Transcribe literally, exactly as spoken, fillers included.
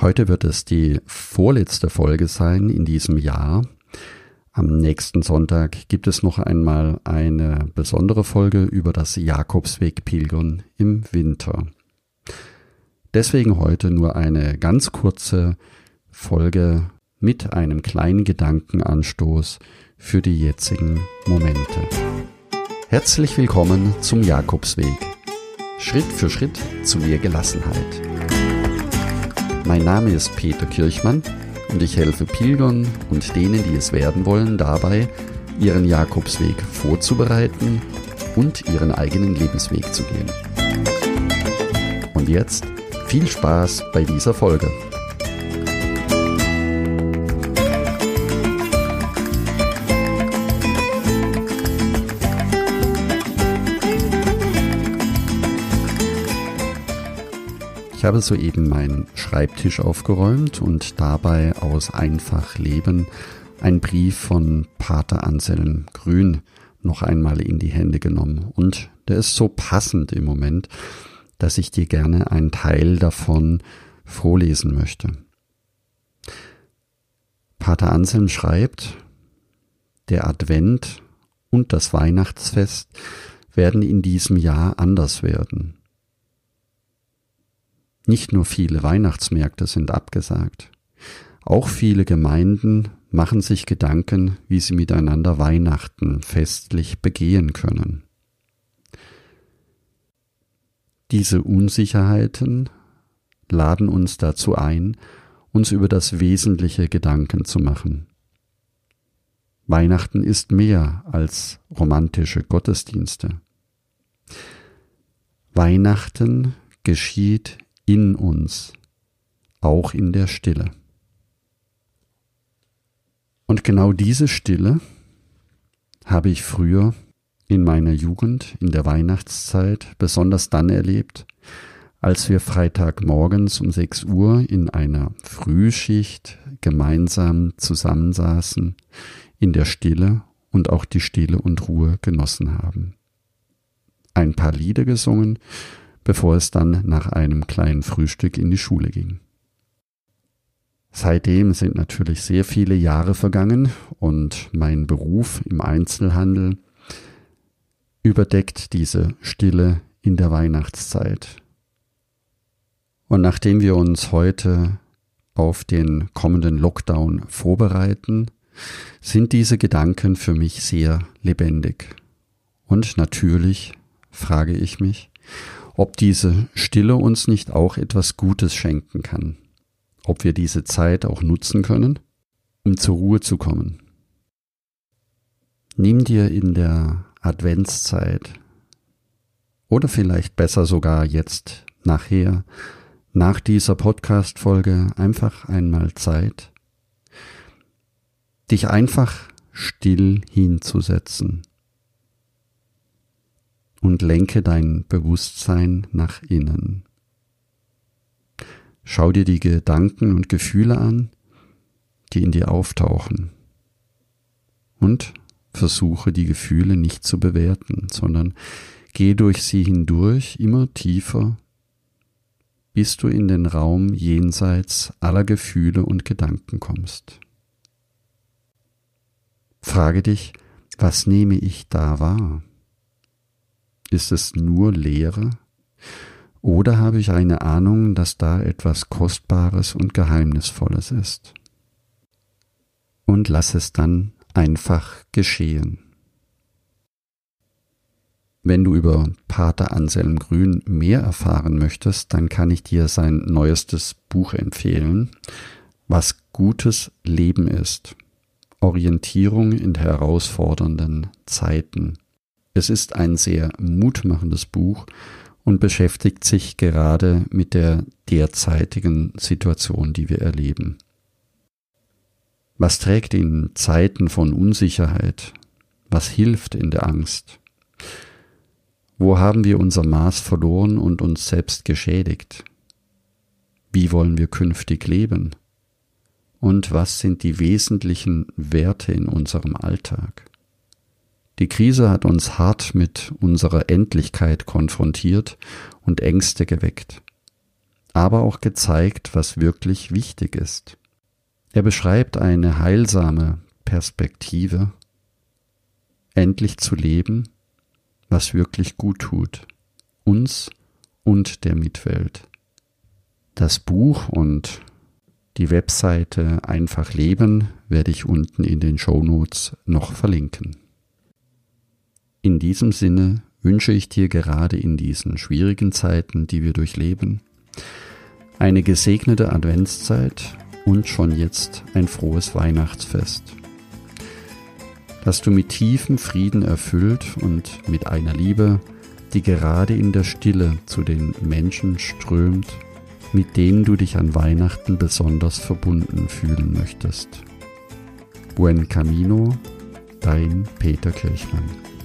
Heute wird es die vorletzte Folge sein in diesem Jahr. Am nächsten Sonntag gibt es noch einmal eine besondere Folge über das Jakobsweg-Pilgern im Winter. Deswegen heute nur eine ganz kurze Folge mit einem kleinen Gedankenanstoß für die jetzigen Momente. Herzlich willkommen zum Jakobsweg. Schritt für Schritt zu mehr Gelassenheit. Mein Name ist Peter Kirchmann und ich helfe Pilgern und denen, die es werden wollen, dabei, ihren Jakobsweg vorzubereiten und ihren eigenen Lebensweg zu gehen. Und jetzt viel Spaß bei dieser Folge. Ich habe soeben meinen Schreibtisch aufgeräumt und dabei aus Einfach Leben einen Brief von Pater Anselm Grün noch einmal in die Hände genommen. Und der ist so passend im Moment, dass ich dir gerne einen Teil davon vorlesen möchte. Pater Anselm schreibt: Der Advent und das Weihnachtsfest werden in diesem Jahr anders werden. Nicht nur viele Weihnachtsmärkte sind abgesagt. Auch viele Gemeinden machen sich Gedanken, wie sie miteinander Weihnachten festlich begehen können. Diese Unsicherheiten laden uns dazu ein, uns über das Wesentliche Gedanken zu machen. Weihnachten ist mehr als romantische Gottesdienste. Weihnachten geschieht in uns, auch in der Stille. Und genau diese Stille habe ich früher in meiner Jugend, in der Weihnachtszeit, besonders dann erlebt, als wir Freitagmorgens um sechs Uhr in einer Frühschicht gemeinsam zusammensaßen, in der Stille und auch die Stille und Ruhe genossen haben. Ein paar Lieder gesungen, bevor es dann nach einem kleinen Frühstück in die Schule ging. Seitdem sind natürlich sehr viele Jahre vergangen und mein Beruf im Einzelhandel überdeckt diese Stille in der Weihnachtszeit. Und nachdem wir uns heute auf den kommenden Lockdown vorbereiten, sind diese Gedanken für mich sehr lebendig. Und natürlich frage ich mich, ob diese Stille uns nicht auch etwas Gutes schenken kann, ob wir diese Zeit auch nutzen können, um zur Ruhe zu kommen. Nimm dir in der Adventszeit oder vielleicht besser sogar jetzt nachher, nach dieser Podcast-Folge einfach einmal Zeit, dich einfach still hinzusetzen. Und lenke dein Bewusstsein nach innen. Schau dir die Gedanken und Gefühle an, die in dir auftauchen. Und versuche die Gefühle nicht zu bewerten, sondern geh durch sie hindurch immer tiefer, bis du in den Raum jenseits aller Gefühle und Gedanken kommst. Frage dich, was nehme ich da wahr? Ist es nur Leere? Oder habe ich eine Ahnung, dass da etwas Kostbares und Geheimnisvolles ist? Und lass es dann einfach geschehen. Wenn du über Pater Anselm Grün mehr erfahren möchtest, dann kann ich dir sein neuestes Buch empfehlen, Was gutes Leben ist. Orientierung in herausfordernden Zeiten. Es ist ein sehr mutmachendes Buch und beschäftigt sich gerade mit der derzeitigen Situation, die wir erleben. Was trägt in Zeiten von Unsicherheit? Was hilft in der Angst? Wo haben wir unser Maß verloren und uns selbst geschädigt? Wie wollen wir künftig leben? Und was sind die wesentlichen Werte in unserem Alltag? Die Krise hat uns hart mit unserer Endlichkeit konfrontiert und Ängste geweckt. aber auch gezeigt, was wirklich wichtig ist. Er beschreibt eine heilsame Perspektive, endlich zu leben, was wirklich gut tut, uns und der Mitwelt. Das Buch und die Webseite Einfach Leben werde ich unten in den Shownotes noch verlinken. In diesem Sinne wünsche ich dir gerade in diesen schwierigen Zeiten, die wir durchleben, eine gesegnete Adventszeit und schon jetzt ein frohes Weihnachtsfest. Dass du mit tiefem Frieden erfüllt und mit einer Liebe, die gerade in der Stille zu den Menschen strömt, mit denen du dich an Weihnachten besonders verbunden fühlen möchtest. Buen Camino, dein Peter Kirchmann.